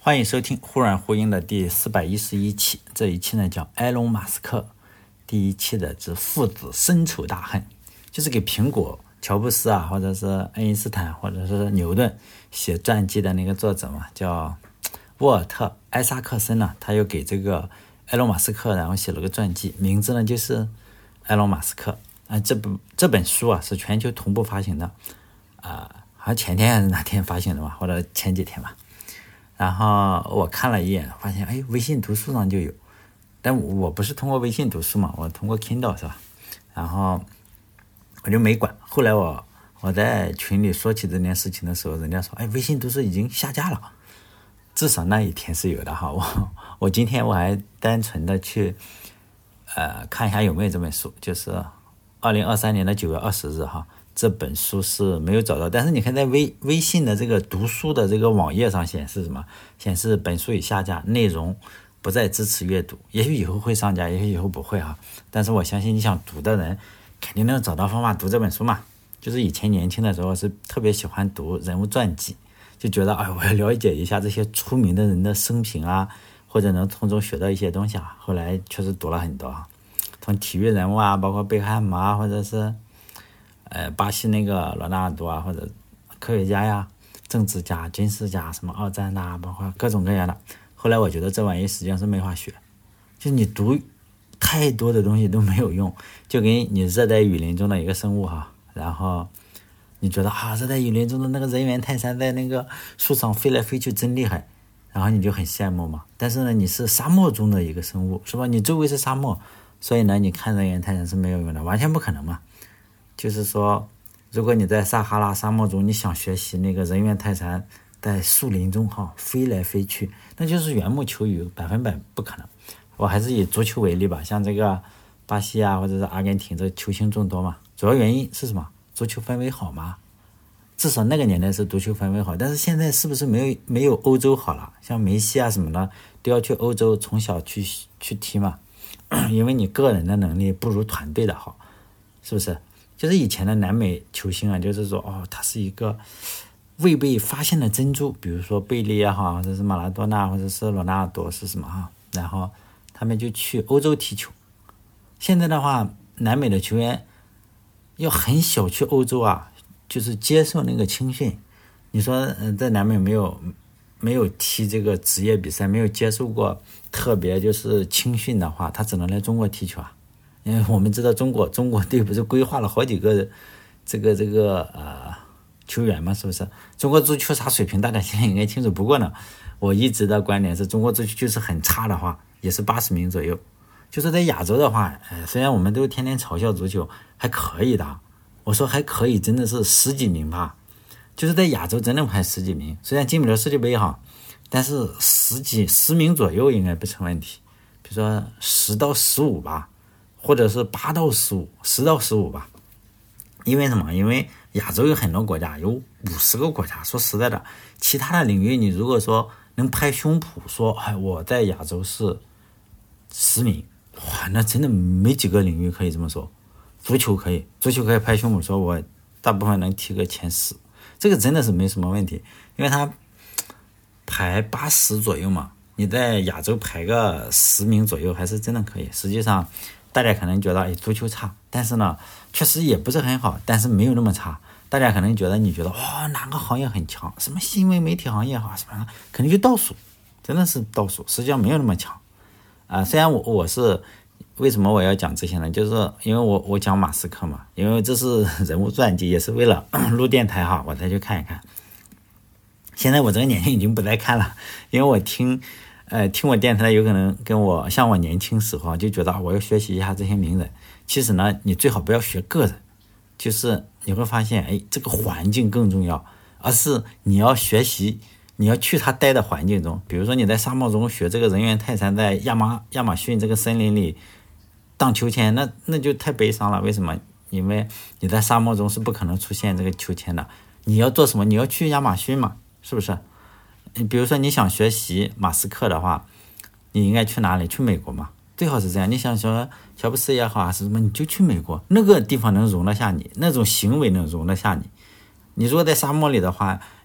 欢迎收听忽软忽硬的第411期，这一期呢叫埃隆马斯克，第一期的是父子深仇大恨，就是给苹果乔布斯啊，或者是爱因斯坦，或者是牛顿写传记的那个作者嘛，叫沃尔特·艾萨克森呢，他又给这个埃隆马斯克然后写了个传记，名字呢就是埃隆马斯克啊。这本书啊是全球同步发行的好像前天还是哪天发行的嘛，或者前几天吧。然后我看了一眼，发现微信读书上就有，但我不是通过微信读书嘛，我通过 Kindle 是吧？然后我就没管。后来我在群里说起这件事情的时候，人家说微信读书已经下架了，至少那一天是有的哈。我今天我还单纯的去看一下有没有这本书，就是2023年9月20日哈。这本书是没有找到，但是你看在微信的这个读书的这个网页上显示什么？显示本书已下架，内容不再支持阅读。也许以后会上架，也许以后不会啊。但是我相信你想读的人肯定能找到方法读这本书嘛。就是以前年轻的时候是特别喜欢读人物传记，就觉得我要了解一下这些出名的人的生平啊，或者能从中学到一些东西啊。后来确实读了很多啊，从体育人物啊，包括贝克汉姆啊，或者是巴西那个罗纳尔多啊，或者科学家呀、政治家、军事家，什么二战啊，包括各种各样的。后来我觉得这玩意实际上是没法学，就你读太多的东西都没有用，就跟你热带雨林中的一个生物哈，然后你觉得热带雨林中的那个人猿泰山在那个树上飞来飞去真厉害，然后你就很羡慕嘛。但是呢，你是沙漠中的一个生物，是吧？你周围是沙漠，所以呢，你看人猿泰山是没有用的，完全不可能嘛。就是说，如果你在撒哈拉沙漠中，你想学习那个人猿泰山在树林中飞来飞去，那就是缘木求鱼，100%不可能。我还是以足球为例吧，像这个巴西啊，或者是阿根廷，这球星众多嘛，主要原因是什么？足球氛围好吗？至少那个年代是足球氛围好，但是现在是不是没有欧洲好了？像梅西啊什么的都要去欧洲从小去踢嘛，因为你个人的能力不如团队的好，是不是？就是以前的南美球星啊，就是说他是一个未被发现的珍珠，比如说贝利也好，或者是马拉多纳，或者是罗纳尔多是什么然后他们就去欧洲踢球。现在的话，南美的球员要很小去欧洲啊，就是接受那个青训。你说在南美没有踢这个职业比赛，没有接受过特别就是青训的话，他只能来中国踢球啊。因为我们知道中国队不是规划了好几个这个球员嘛，是不是？中国足球啥水平大家现在应该清楚。不过呢，我一直的观点是中国足球就是很差的话，也是80名左右。就是在亚洲的话，虽然我们都天天嘲笑足球，还可以的。我说还可以，真的是10几名吧。就是在亚洲真的排10几名，虽然进不了世界杯但是10名左右应该不成问题。比如说10到15吧。或者是8到15 10到15吧。因为什么？因为亚洲有很多国家，有50个国家。说实在的，其他的领域你如果说能拍胸脯说我在亚洲是10名，那真的没几个领域可以这么说。足球可以拍胸脯说我大部分能踢个前10，这个真的是没什么问题。因为它排80左右嘛，你在亚洲排个10名左右还是真的可以。实际上大家可能觉得足球差，但是呢确实也不是很好，但是没有那么差。大家可能觉得哪个行业很强，什么新闻媒体行业什么可能就倒数，真的是倒数，实际上没有那么强虽然我是为什么我要讲这些呢？就是因为我讲马斯克嘛，因为这是人物传记，也是为了录电台我再去看一看。现在我这个年龄已经不再看了，因为我听我电台有可能跟我像我年轻时候就觉得我要学习一下这些名人。其实呢，你最好不要学个人，就是你会发现这个环境更重要，而是你要学习，你要去他待的环境中。比如说你在沙漠中学这个人猿泰山在亚马逊这个森林里荡秋千，那就太悲伤了。为什么？因为你在沙漠中是不可能出现这个秋千的。你要做什么？你要去亚马逊嘛，是不是？比如说你想学习马斯克的话，你应该去哪里？去美国嘛，最好是这样。你想说乔布斯也好是什么，你就去美国，那个地方能容得下你，那种行为能容得下你。你如果在沙漠里的话，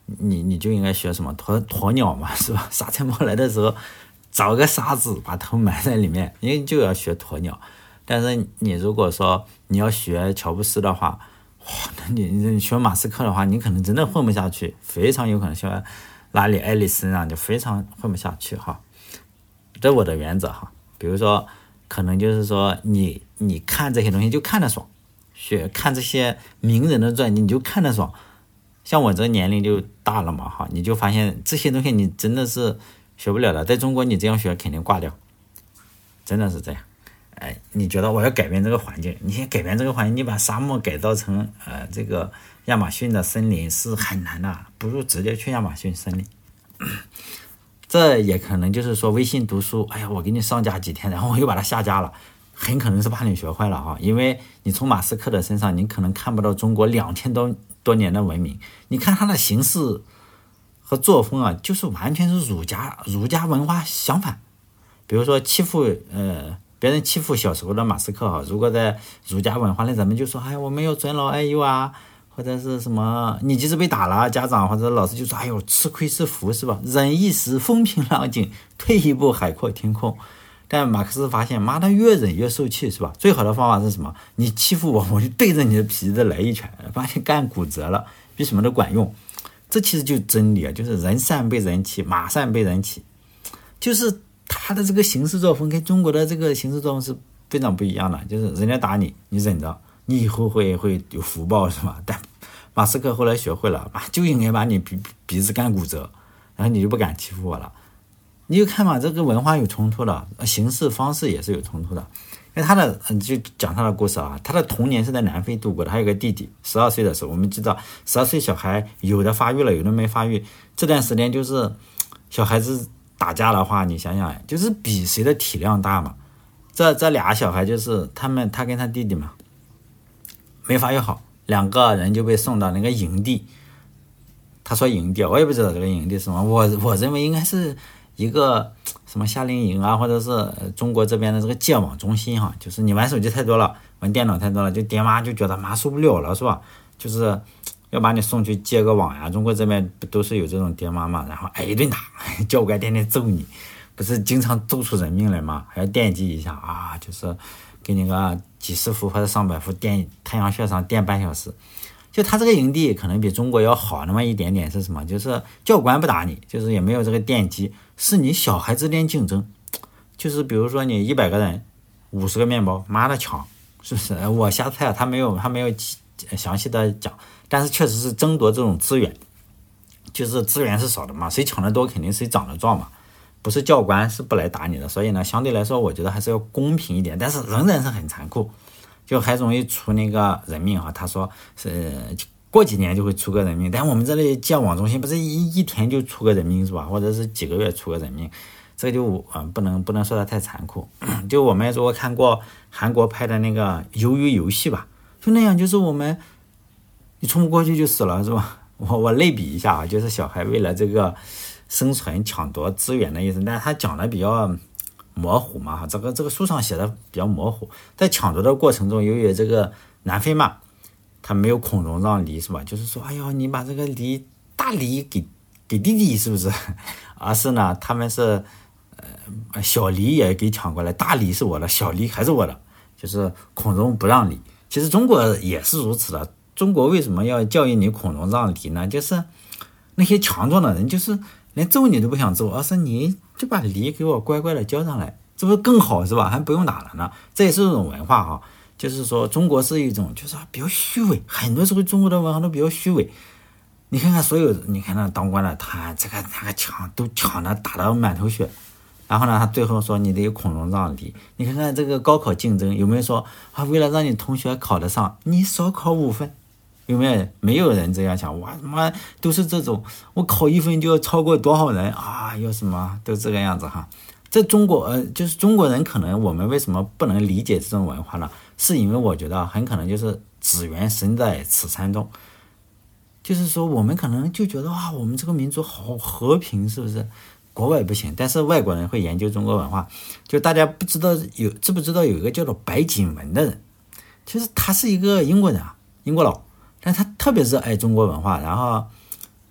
你就应该学什么鸵鸟嘛，是吧？沙尘暴来的时候，找个沙子把头埋在里面，因为就要学鸵鸟。但是你如果说你要学乔布斯的话，哇，那你学马斯克的话，你可能真的混不下去，非常有可能学拉里·埃里森啊，就非常混不下去哈。这我的原则哈。比如说，可能就是说你看这些东西就看得爽，看这些名人的传记你就看得爽。像我这个年龄就大了嘛哈，你就发现这些东西你真的是学不了的，在中国你这样学肯定挂掉，真的是这样。你觉得我要改变这个环境，你先改变这个环境，你把沙漠改造成这个亚马逊的森林是很难的，不如直接去亚马逊森林。这也可能就是说微信读书，哎呀，我给你上架几天，然后我又把它下架了，很可能是把你学坏了哈，因为你从马斯克的身上，你可能看不到中国2000多年的文明，你看他的形式和作风啊，就是完全是儒家文化相反。比如说别人欺负小时候的马斯克哈，如果在儒家文化里，咱们就说，哎，我们要尊老爱幼啊，或者是什么，你即使被打了，家长或者老师就说，哎呦，吃亏是福是吧？忍一时风平浪静，退一步海阔天空。但马克思发现，妈的，越忍越受气是吧？最好的方法是什么？你欺负我，我就对着你的皮子来一拳，把你干骨折了，比什么都管用。这其实就是真理啊，就是人善被人欺，马善被人骑，就是他的这个行事作风跟中国的这个行事作风是非常不一样的。就是人家打你，你忍着，你以后会有福报是吧？但马斯克后来学会了，就应该把你鼻子干骨折，然后你就不敢欺负我了。你就看嘛，这个文化有冲突的，行事方式也是有冲突的。因为他的就讲他的故事啊，他的童年是在南非度过的，还有个弟弟，12岁的时候，我们知道12岁小孩有的发育了，有的没发育，这段时间就是小孩子打架的话，你想想，就是比谁的体量大嘛。这俩小孩就是他跟他弟弟嘛，没发育好，两个人就被送到那个营地。他说营地，我也不知道这个营地是什么，我认为应该是一个什么夏令营啊，或者是中国这边的这个戒网中心哈，就是你玩手机太多了，玩电脑太多了，就爹妈就觉得妈受不了了是吧？就是要把你送去戒个网呀。中国这边不都是有这种爹妈嘛，然后一顿打，教官天天揍你，不是经常揍出人命来嘛，还要电击一下啊，就是给你个几十伏或者上百伏电太阳穴上电半小时。就他这个营地可能比中国要好那么一点点，是什么？就是教官不打你，就是也没有这个电击，是你小孩之间竞争。就是比如说你100个人50个面包，妈的抢，是不是？我瞎猜，他没有详细的讲，但是确实是争夺这种资源，就是资源是少的嘛，谁抢得多肯定谁长得壮嘛，不是教官是不来打你的。所以呢，相对来说我觉得还是要公平一点，但是仍然是很残酷，就还容易出那个人命哈。他说是过几年就会出个人命，但我们这里戒网中心不是一天就出个人命是吧？或者是几个月出个人命，这个就不能说的太残酷。就我们如果看过韩国拍的那个鱿鱼游戏吧，就那样，就是你冲不过去就死了是吧？我类比一下啊，就是小孩为了这个生存抢夺资源的意思，但是他讲的比较模糊嘛，这个书上写的比较模糊。在抢夺的过程中，由于这个南非嘛，他没有孔融让梨是吧？就是说，哎呦，你把这个大梨给弟弟是不是？而是呢，他们是小梨也给抢过来，大梨是我的，小梨还是我的，就是孔融不让梨。其实中国也是如此的。中国为什么要教育你孔融让梨呢？就是那些强壮的人，就是连揍你都不想揍，而是你就把梨给我乖乖的交上来，这不是更好是吧？还不用打了呢。这也是一种文化哈，就是说中国是一种就是比较虚伪，很多时候中国的文化都比较虚伪。你看看你看那当官的，他这个那个抢都抢的打得满头血，然后呢，他最后说你得孔融让梨。你看看这个高考竞争有没有说为了让你同学考得上，你少考5分？有没有？没有人这样想，哇他妈都是这种，我考1分就要超过多少人啊？有什么都这个样子哈。在中国就是中国人可能我们为什么不能理解这种文化呢？是因为我觉得很可能就是子源生在此山中，就是说我们可能就觉得我们这个民族好和平，是不是？国外不行，但是外国人会研究中国文化，就大家知不知道有一个叫做白锦文的人，就是他是一个英国人英国佬。但他特别热爱中国文化，然后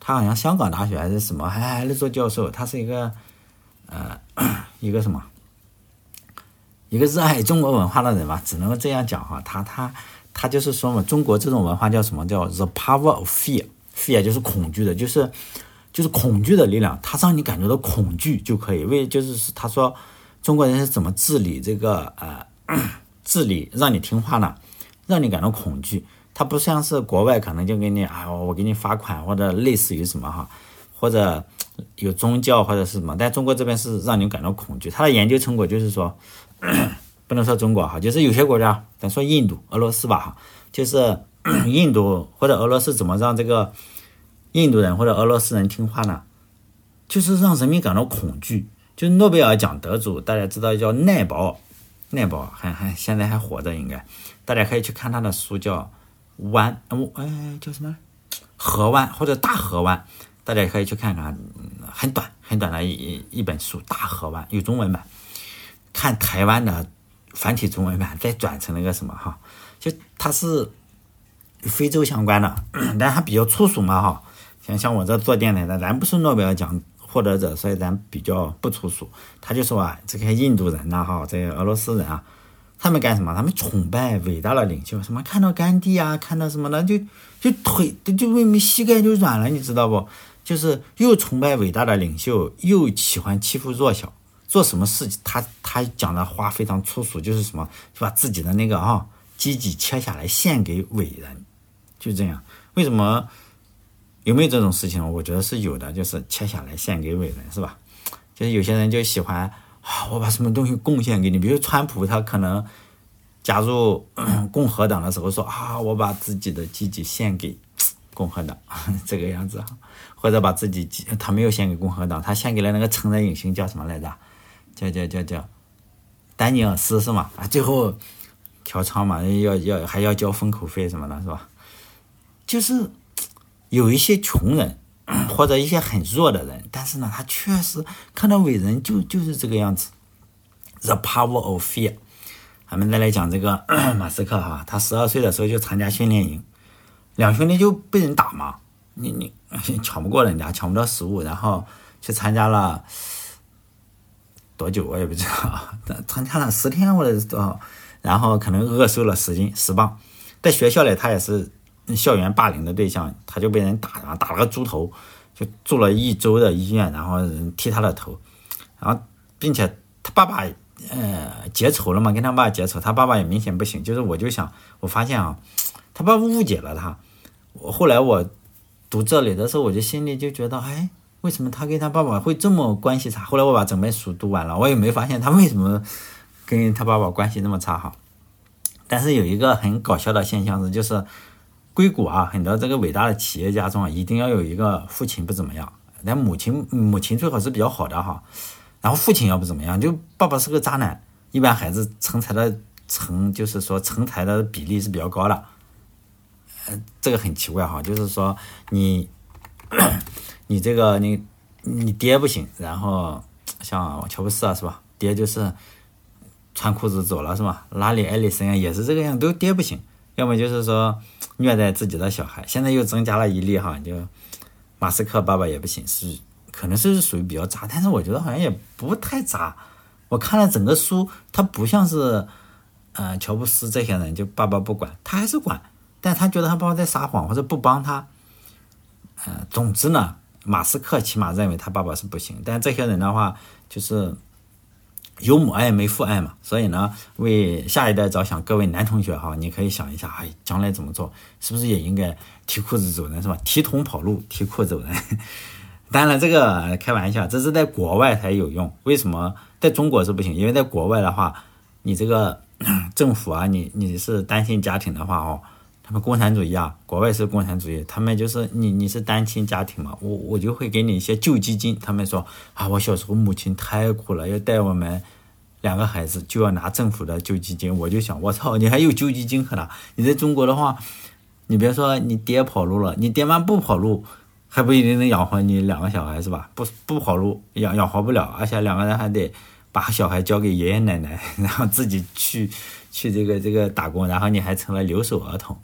他好像香港大学还是什么，还是做教授，他是一个一个什么，一个热爱中国文化的人吧，只能这样讲哈。他就是说嘛，中国这种文化叫什么？叫 the power of fear 就是恐惧的，就是恐惧的力量，它让你感觉到恐惧就可以。就是他说中国人是怎么治理这个治理让你听话呢？让你感到恐惧。它不像是国外可能就给你我给你罚款，或者类似于什么哈，或者有宗教或者是什么，但中国这边是让你感到恐惧。他的研究成果就是说不能说中国哈，就是有些国家，咱说印度、俄罗斯吧哈，就是印度或者俄罗斯怎么让这个印度人或者俄罗斯人听话呢？就是让人民感到恐惧。就是诺贝尔奖得主，大家知道叫奈保，现在还活着，应该大家可以去看他的书，叫叫什么河湾或者大河湾，大家可以去看看，很短的一本书，大河湾有中文版，看台湾的繁体中文版，再转成那个什么哈，就它是非洲相关的，但它比较粗俗嘛哈，像我这做电台的，咱不是诺贝尔奖获得者，所以咱比较不粗俗。他就说这个印度人哈，这个俄罗斯人他们干什么？他们崇拜伟大的领袖，什么看到甘地看到什么的，就膝盖就软了，你知道不？就是又崇拜伟大的领袖，又喜欢欺负弱小。做什么事情，他讲的话非常粗俗，就是什么，就把自己的那个鸡鸡切下来献给伟人，就这样。为什么？有没有这种事情？我觉得是有的，就是切下来献给伟人，是吧？就是有些人就喜欢我把什么东西贡献给你，比如川普，他可能加入共和党的时候说我把自己的鸡鸡献给共和党，这个样子或者把自己他没有献给共和党，他献给了那个成人影星叫什么来着？叫丹尼尔斯是吗？最后嫖娼嘛，还要交封口费什么的，是吧？就是有一些穷人或者一些很弱的人，但是呢，他确实看到伟人就是这个样子。The power of fear。咱们再来讲这个马斯克哈，他12岁的时候就参加训练营，两兄弟就被人打嘛，你抢不过人家，抢不到食物，然后去参加了多久我也不知道，参加了10天或者是多少，然后可能饿瘦了10磅，在学校里他也是校园霸凌的对象，他就被人打了个猪头，就住了1周的医院，然后人踢他的头，然后并且他爸爸结仇了嘛，跟他爸爸结仇，他爸爸也明显不行，就是我发现他爸爸误解了他。后来我读这里的时候，我就心里就觉得为什么他跟他爸爸会这么关系差？后来我把整本书读完了，我也没发现他为什么跟他爸爸关系那么差哈。但是有一个很搞笑的现象是，就是硅谷很多这个伟大的企业家中一定要有一个父亲不怎么样，但母亲最好是比较好的哈，然后父亲要不怎么样，就爸爸是个渣男，一般孩子成才的比例是比较高的。这个很奇怪哈，就是说你这个你爹不行，然后像乔布斯是吧？爹就是穿裤子走了是吧？拉里·埃里森也是这个样，都爹不行，要么就是说虐待自己的小孩。现在又增加了一例哈，就马斯克爸爸也不行，可能是属于比较渣，但是我觉得好像也不太渣。我看了整个书，他不像是乔布斯这些人，就爸爸不管，他还是管。但他觉得他爸爸在撒谎或者不帮他，总之呢，马斯克起码认为他爸爸是不行，但这些人的话就是有母爱没父爱嘛，所以呢，为下一代着想，各位男同学你可以想一下，将来怎么做，是不是也应该提裤子走人是吧？提桶跑路，提裤走人。当然这个开玩笑，这是在国外才有用，为什么在中国是不行？因为在国外的话，你这个政府你是单亲家庭的话他们共产主义国外是共产主义，他们就是你是单亲家庭嘛，我就会给你一些救济金。他们说我小时候母亲太苦了，要带我们2个孩子，就要拿政府的救济金。我就想，我操，你还有救济金可拿？你在中国的话，你别说你爹跑路了，你爹妈不跑路，还不一定能养活你2个小孩是吧？不跑路养活不了，而且2个人还得把小孩交给爷爷奶奶，然后自己去这个打工，然后你还成了留守儿童，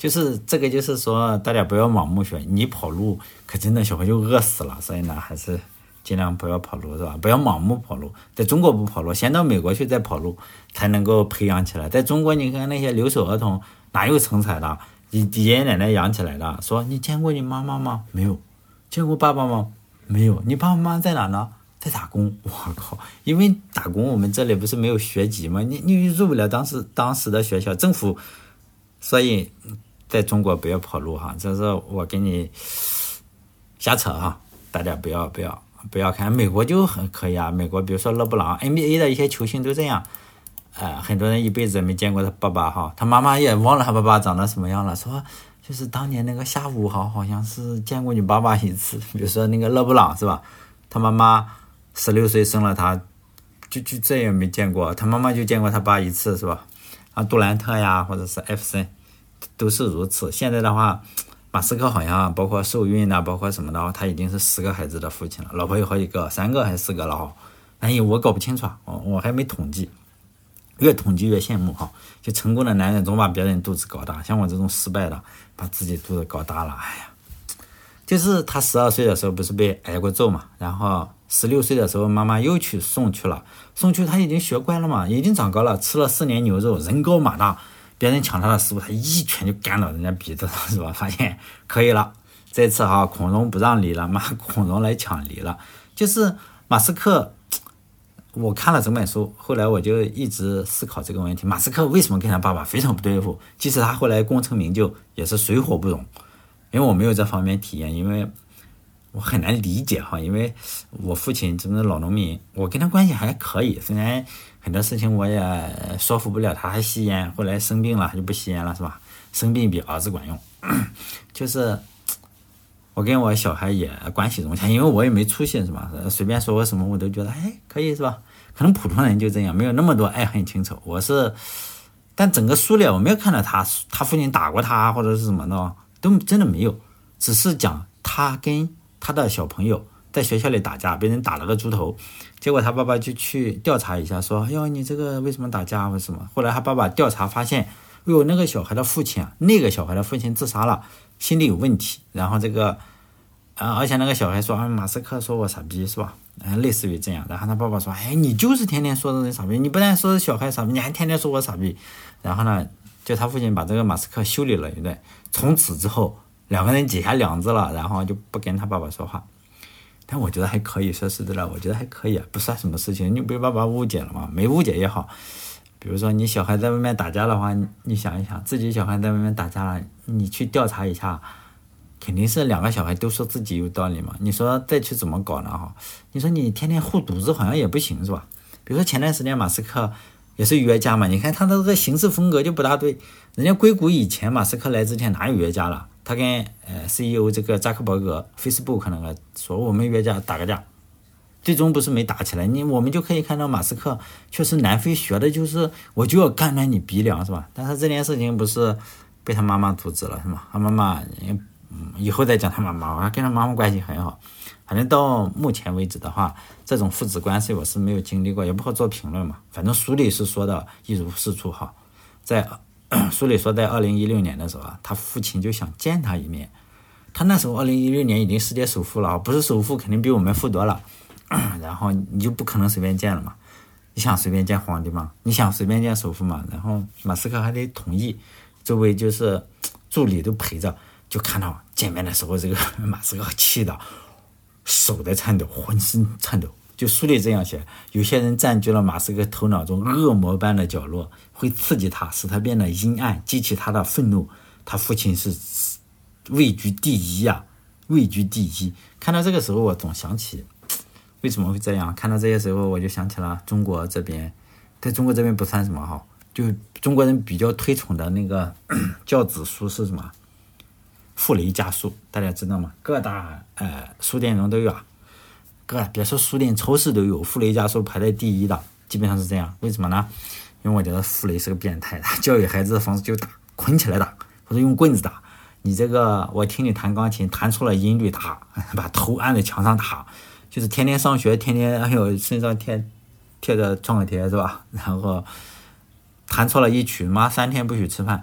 就是这个，就是说大家不要盲目学，你跑路可真的小孩就饿死了，所以呢还是尽量不要跑路，是吧？不要盲目跑路，在中国不跑路，先到美国去再跑路，才能够培养起来。在中国你看那些留守儿童哪有成才的，爷爷奶奶养起来的，说你见过你妈妈吗？没有。见过爸爸吗？没有。你爸爸妈妈在哪呢？在打工。我靠，因为打工我们这里不是没有学籍吗？你入不了当时的学校，政府，所以在中国不要跑路哈，这是我给你瞎扯哈，大家不要看。美国就很可以啊，美国比如说勒布朗 NBA 的一些球星都这样，很多人一辈子没见过他爸爸哈，他妈妈也忘了他爸爸长得什么样了，说就是当年那个下午好像是见过你爸爸一次，比如说那个勒布朗是吧，他妈妈16岁生了他，就再也没见过，他妈妈就见过他爸一次是吧？杜兰特呀或者是艾弗森都是如此。现在的话马斯克好像包括受孕包括什么的，他已经是10个孩子的父亲了，老婆有好几个，3个还是4个了哈。我搞不清楚，我还没统计，越统计越羡慕哈。就成功的男人总把别人肚子搞大，像我这种失败的把自己肚子搞大了，就是他12岁的时候不是被挨过揍嘛，然后16岁的时候妈妈又去送去他已经学乖了嘛，已经长高了，吃了4年牛肉，人高马大，别人抢他的食物他一拳就干到人家鼻子上是吧？发现可以了，这次孔融不让梨了，孔融来抢梨了。就是马斯克，我看了整本书，后来我就一直思考这个问题，马斯克为什么跟他爸爸非常不对付？即使他后来功成名就也是水火不容，因为我没有这方面体验，因为我很难理解哈，因为我父亲真的老农民，我跟他关系还可以，虽然很多事情我也说服不了他，还吸烟，后来生病了就不吸烟了是吧？生病比儿子管用，就是我跟我小孩也关系融洽，因为我也没出息是吧？随便说我什么我都觉得可以是吧？可能普通人就这样，没有那么多爱恨情仇。但整个书里我没有看到他父亲打过他或者是什么的，都真的没有，只是讲他跟他的小朋友在学校里打架，被人打了个猪头，结果他爸爸就去调查一下，说你这个为什么打架或什么？后来他爸爸调查发现，那个小孩的父亲自杀了，心理有问题。然后而且那个小孩说马斯克说我傻逼是吧？类似于这样。然后他爸爸说你就是天天说人傻逼，你不但说小孩傻逼，你还天天说我傻逼。然后呢，就他父亲把这个马斯克修理了一顿，从此之后2个人结下梁子了，然后就不跟他爸爸说话。但我觉得还可以，说实在的，我觉得还可以，不算什么事情。你被爸爸误解了嘛？没误解也好。比如说你小孩在外面打架的话，你想一想，自己小孩在外面打架了，你去调查一下，肯定是2个小孩都说自己有道理嘛。你说再去怎么搞呢？你说你天天护犊子好像也不行是吧？比如说前段时间马斯克也是约架嘛，你看他的这个行事风格就不大对。人家硅谷以前马斯克来之前哪有约架了？他跟CEO 这个扎克伯格 Facebook 那个说我们约架打个架，最终不是没打起来。我们就可以看到马斯克确实南非学的就是我就要干断你鼻梁是吧？但是这件事情不是被他妈妈阻止了是吗？他妈妈以后再讲他妈妈，我跟他妈妈关系很好。反正到目前为止的话，这种父子关系我是没有经历过，也不好做评论嘛。反正书里是说的一如是处哈。在书里说在2016年的时候他父亲就想见他一面。他那时候2016年已经世界首富了，不是首富肯定比我们富多了。然后你就不可能随便见了嘛。你想随便见皇帝吗？你想随便见首富吗？然后马斯克还得同意，周围就是助理都陪着，就看到见面的时候这个马斯克气的手在颤抖，浑身颤抖。就书里这样写，有些人占据了马斯克头脑中恶魔般的角落，会刺激他，使他变得阴暗，激起他的愤怒。他父亲是位居第一啊，位居第一。看到这个时候我总想起为什么会这样，看到这些时候我就想起了中国这边，在中国这边不算什么哈，就中国人比较推崇的那个教子书是什么？傅雷家书，大家知道吗？各大书店中都有啊，别说书店，超市都有。傅雷家书排在第一的，基本上是这样。为什么呢？因为我觉得傅雷是个变态，他教育孩子的方式就打，捆起来打，或者用棍子打。你这个，我听你弹钢琴，弹出了音律打，把头按在墙上打，就是天天上学，天天身上贴着创可贴是吧？然后弹错了一曲，妈3天不许吃饭。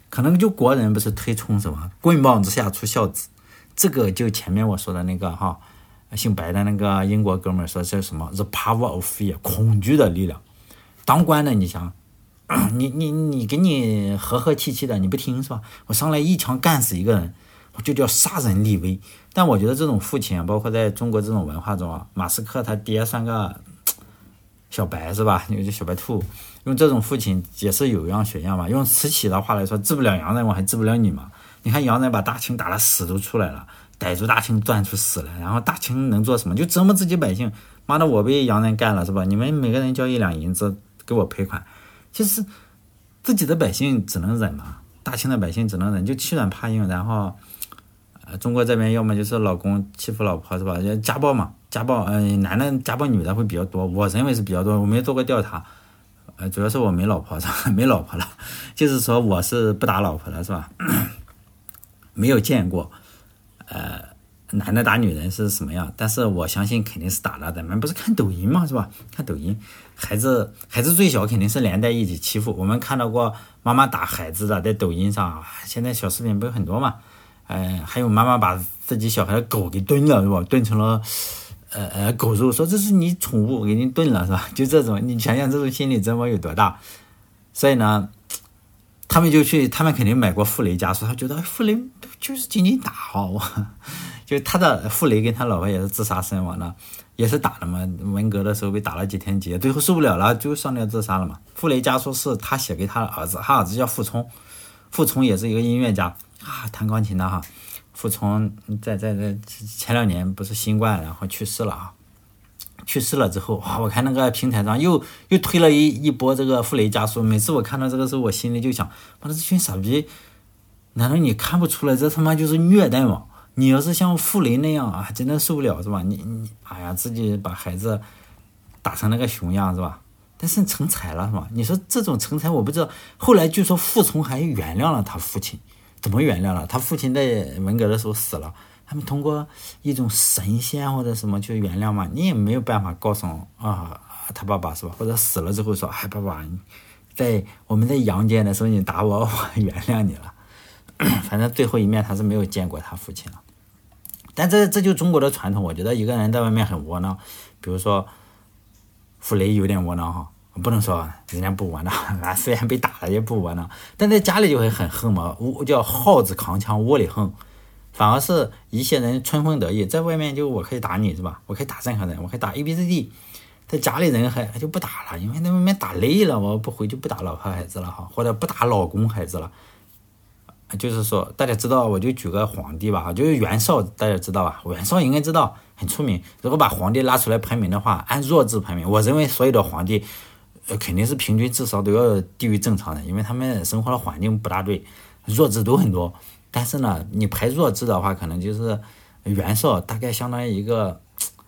可能就国人不是推崇什么棍棒之下出孝子，这个就前面我说的那个姓白的那个英国哥们说这是什么 the power of fear 恐惧的力量。当官的你想，你给你和气气的，你不听是吧？我上来一枪干死一个人，我就叫杀人立威。但我觉得这种父亲包括在中国这种文化中马斯克他爹算个小白是吧？有小白兔，用这种父亲也是有样学样嘛。用慈禧的话来说，治不了洋人我还治不了你嘛。你看洋人把大清打得屎都出来了，逮住大清断出屎来，然后大清能做什么？就折磨自己百姓。妈的，我被洋人干了是吧？你们每个人交1两银子给我赔款。其实自己的百姓只能忍嘛，大清的百姓只能忍，就欺软怕硬。然后中国这边要么就是老公欺负老婆是吧？家暴嘛，家暴男的家暴女的会比较多，我认为是比较多。我没做过调查，主要是我没老婆是吧？没老婆了，就是说我是不打老婆的是吧？没有见过男的打女人是什么样，但是我相信肯定是打的。咱们不是看抖音嘛是吧？看抖音，孩子最小肯定是连带一起欺负。我们看到过妈妈打孩子的，在抖音上，现在小视频不是很多嘛？还有妈妈把自己小孩的狗给炖了是吧？炖成了狗肉，说这是你宠物给你炖了是吧？就这种，你想想这种心理折磨有多大。所以呢，他们肯定买过傅雷家书，他觉得傅雷就是仅仅打就他的傅雷跟他老婆也是自杀身亡的，也是打的嘛。文革的时候被打了几天劫，最后受不了了就上吊自杀了嘛。傅雷家书是他写给他的儿子，他儿子叫傅聪，傅聪也是一个音乐家弹钢琴的傅聪在前2年不是新冠然后去世了去世了之后我看那个平台上又推了一波这个傅雷家书。每次我看到这个时候，我心里就想，妈的，这群傻逼，难道你看不出来这他妈就是虐待吗？你要是像傅雷那样真的受不了是吧？你自己把孩子打成那个熊样是吧？但是成才了是吧？你说这种成才我不知道。后来据说傅聪还原谅了他父亲，怎么原谅了？他父亲在文革的时候死了，他们通过一种神仙或者什么去原谅嘛？你也没有办法告诉他爸爸是吧？或者死了之后说，爸爸，我们在阳间的时候你打我，我原谅你了。反正最后一面他是没有见过他父亲了。但这就中国的传统，我觉得一个人在外面很窝囊，比如说傅雷有点窝囊不能说人家不窝囊，虽然被打了也不窝囊，但在家里就会很横嘛，叫耗子扛枪窝里横。反而是一些人春风得意，在外面就我可以打你是吧？我可以打任何人，我可以打 ABCD， 在家里人还就不打了，因为在外面打累了，我不回去不打老婆孩子了或者不打老公孩子了。就是说大家知道，我就举个皇帝吧就是袁绍，大家知道吧？袁绍应该知道，很出名。如果把皇帝拉出来排名的话，按弱智排名，我认为所有的皇帝肯定是平均至少都要低于正常人，因为他们生活的环境不大对，弱智都很多。但是呢，你排弱智的话，可能就是袁绍大概相当于一个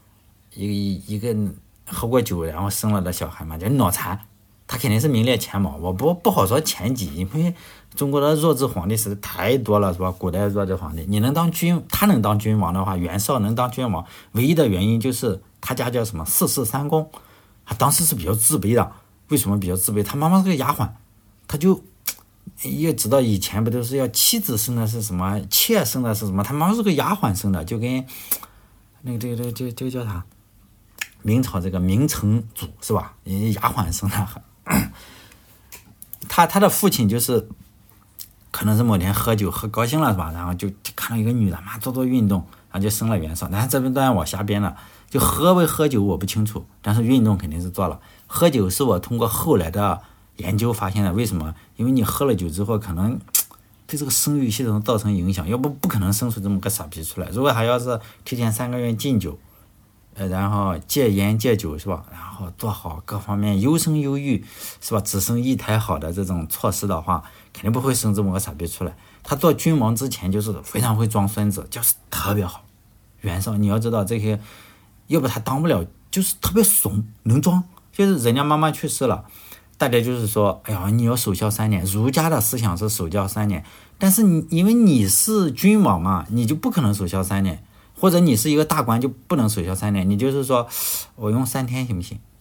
喝过酒然后生了的小孩嘛，叫脑残，他肯定是名列前茅。我不好说前几，因为中国的弱智皇帝实在太多了，是吧？古代弱智皇帝，他能当君王的话，袁绍能当君王，唯一的原因就是他家叫什么四世三公，他当时是比较自卑的。为什么比较自卑？他妈妈是个丫鬟，他就也知道以前不都是要妻子生的是什么，妾生的是什么，他妈妈是个丫鬟生的，就跟那个这个叫啥？明朝这个明成祖是吧？丫鬟生的。他的父亲就是可能是某天喝酒喝高兴了是吧？然后就看到一个女的做运动，然后就生了袁绍。但是这边当然我瞎编了，就喝不喝酒我不清楚，但是运动肯定是做了。喝酒是我通过后来的研究发现的。为什么？因为你喝了酒之后可能对这个生育系统造成影响，要不可能生出这么个傻逼出来。如果还要是提前3个月禁酒，然后戒烟戒酒是吧？然后做好各方面优生优育是吧？只生一胎好的这种措施的话，肯定不会生这么个傻逼出来。他做君王之前就是非常会装孙子，就是特别好。袁绍你要知道这些，要不他当不了，就是特别怂能装。就是人家妈妈去世了，大家就是说，哎呀，你要守孝3年。儒家的思想是守孝3年，但是因为你是君王嘛，你就不可能守孝3年，或者你是一个大官就不能守孝3年。你就是说我用3天行不行？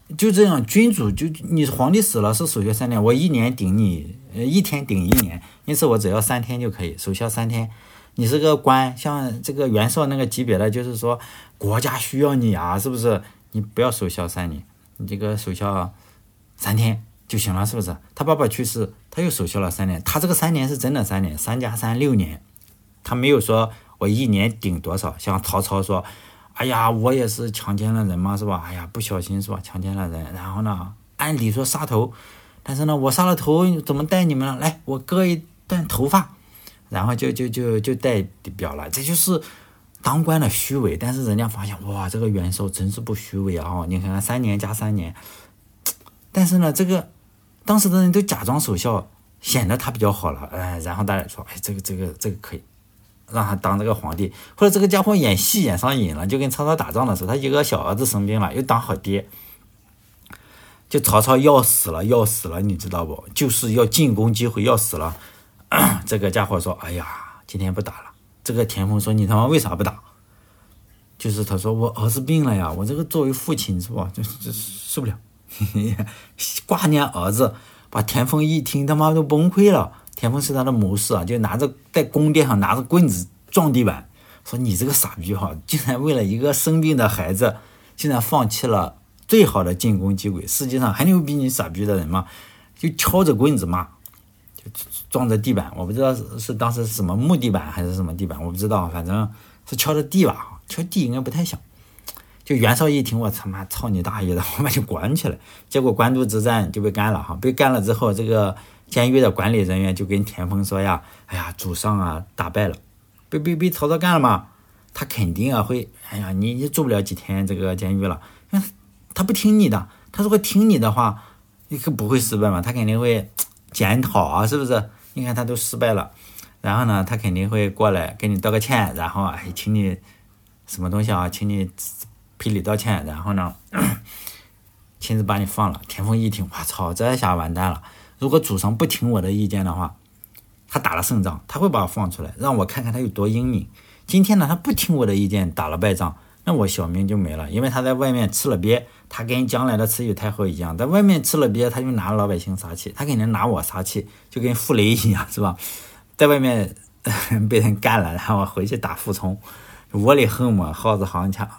就这样，君主就你皇帝死了是守孝3年，我1年顶你1天顶1年，因此我只要3天就可以守孝3天。你是个官，像这个袁绍那个级别的，就是说国家需要你啊，是不是？你不要守孝3年，你这个守孝3天就行了，是不是？他爸爸去世，他又守孝了3年，他这个3年是真的3年，3加3 6年，他没有说我1年顶多少，像曹操说，哎呀，我也是强奸了人嘛，是吧？哎呀，不小心是吧，强奸了人，然后呢，按理说杀头，但是呢，我杀了头怎么带你们了？来，我割一段头发，然后就代表了，这就是当官的虚伪。但是人家发现，哇，这个袁绍真是不虚伪啊！你看看3年加3年，但是呢，这个当时的人都假装守孝，显得他比较好了，然后大家说，这个可以让他当这个皇帝，或者这个家伙演戏演上瘾了，就跟曹操打仗的时候，他一个小儿子生病了，又当好爹，就曹操要死了，你知道不？就是要进攻机会要死了，这个家伙说，哎呀，今天不打了。这个田丰说，你他妈为啥不打？就是他说，我儿子病了呀，我这个作为父亲是吧，这受不了，挂念儿子。把田丰一听，他妈都崩溃了。田丰是他的谋士啊，就拿着在宫殿上拿着棍子撞地板，说你这个傻逼哈，竟然为了一个生病的孩子，竟然放弃了最好的进攻机会。世界上还有比你傻逼的人吗？就敲着棍子骂，就撞着地板。我不知道是当时是什么木地板还是什么地板，我不知道，反正是敲着地吧，敲地应该不太响。就袁绍一听，我他妈操你大爷的，我把你关起来。结果官渡之战就被干了哈，被干了之后，这个监狱的管理人员就跟田丰说呀，哎呀，主上啊打败了，被曹操干了嘛，他肯定啊会，哎呀，你住不了几天这个监狱了，他不听你的，他如果听你的话，你可不会失败嘛，他肯定会检讨啊，是不是？你看他都失败了，然后呢，他肯定会过来跟你道个歉，然后请你什么东西啊，请你赔礼道歉，然后呢，亲自把你放了。田丰一听，我操，这下完蛋了！如果主上不听我的意见的话，他打了胜仗，他会把我放出来，让我看看他有多英明。今天呢，他不听我的意见，打了败仗，那我小命就没了。因为他在外面吃了鳖，他跟将来的慈禧太后一样，在外面吃了鳖，他就拿老百姓撒气，他肯定拿我撒气，就跟傅雷一样，是吧？在外面被人干了，然后回去打傅聪，窝里横嘛，耗子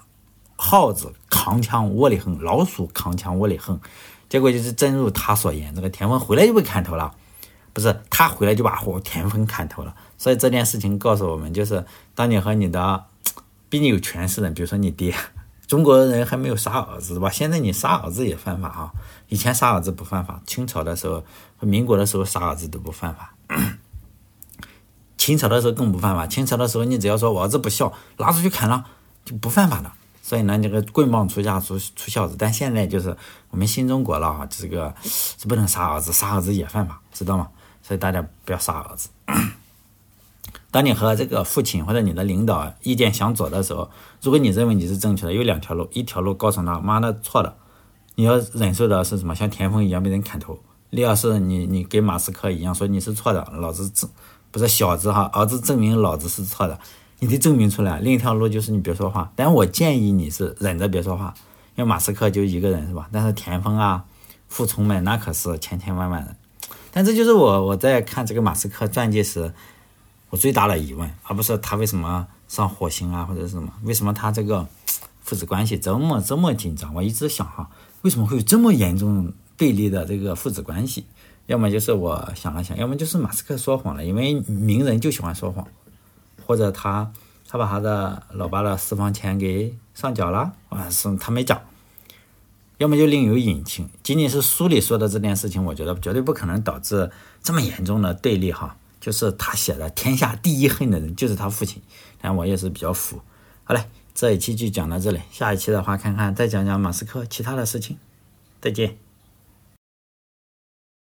扛枪窝里横，老鼠扛枪窝里横，结果就是真如他所言，这个田丰回来就被砍头了，不是他回来就把田丰砍头了。所以这件事情告诉我们，就是当你和你的比你有权势的人，比如说你爹，中国人还没有杀儿子吧？现在你杀儿子也犯法啊，以前杀儿子不犯法，清朝的时候和民国的时候杀儿子都不犯法。清朝的时候更不犯法，清朝的时候你只要说我儿子不孝，拉出去砍了就不犯法的。所以呢，这个棍棒出家出孝子，但现在就是我们新中国了啊，这个是不能杀儿子，杀儿子也犯法，知道吗？所以大家不要杀儿子。当你和这个父亲或者你的领导意见相左的时候，如果你认为你是正确的，有2条路，一条路告诉他妈的错的，你要忍受的是什么？像田丰一样被人砍头。第二是你跟马斯克一样说你是错的，老子不是小子哈，儿子证明老子是错的，你得证明出来。另一条路就是你别说话，但我建议你是忍着别说话，因为马斯克就一个人是吧？但是田丰啊、傅聪们那可是千千万万人。但这就是我在看这个马斯克传记时，我最大的疑问，而不是他为什么上火星啊，或者是什么？为什么他这个父子关系这么紧张？我一直想哈，为什么会有这么严重对立的这个父子关系？要么就是我想了想，要么就是马斯克说谎了，因为名人就喜欢说谎，或者他把他的老爸的私房钱给上缴了，是他没缴，要么就另有隐情。仅仅是书里说的这件事情，我觉得绝对不可能导致这么严重的对立哈。就是他写的天下第一恨的人就是他父亲，但我也是比较服。好嘞，这一期就讲到这里，下一期的话看看再讲讲马斯克其他的事情。再见。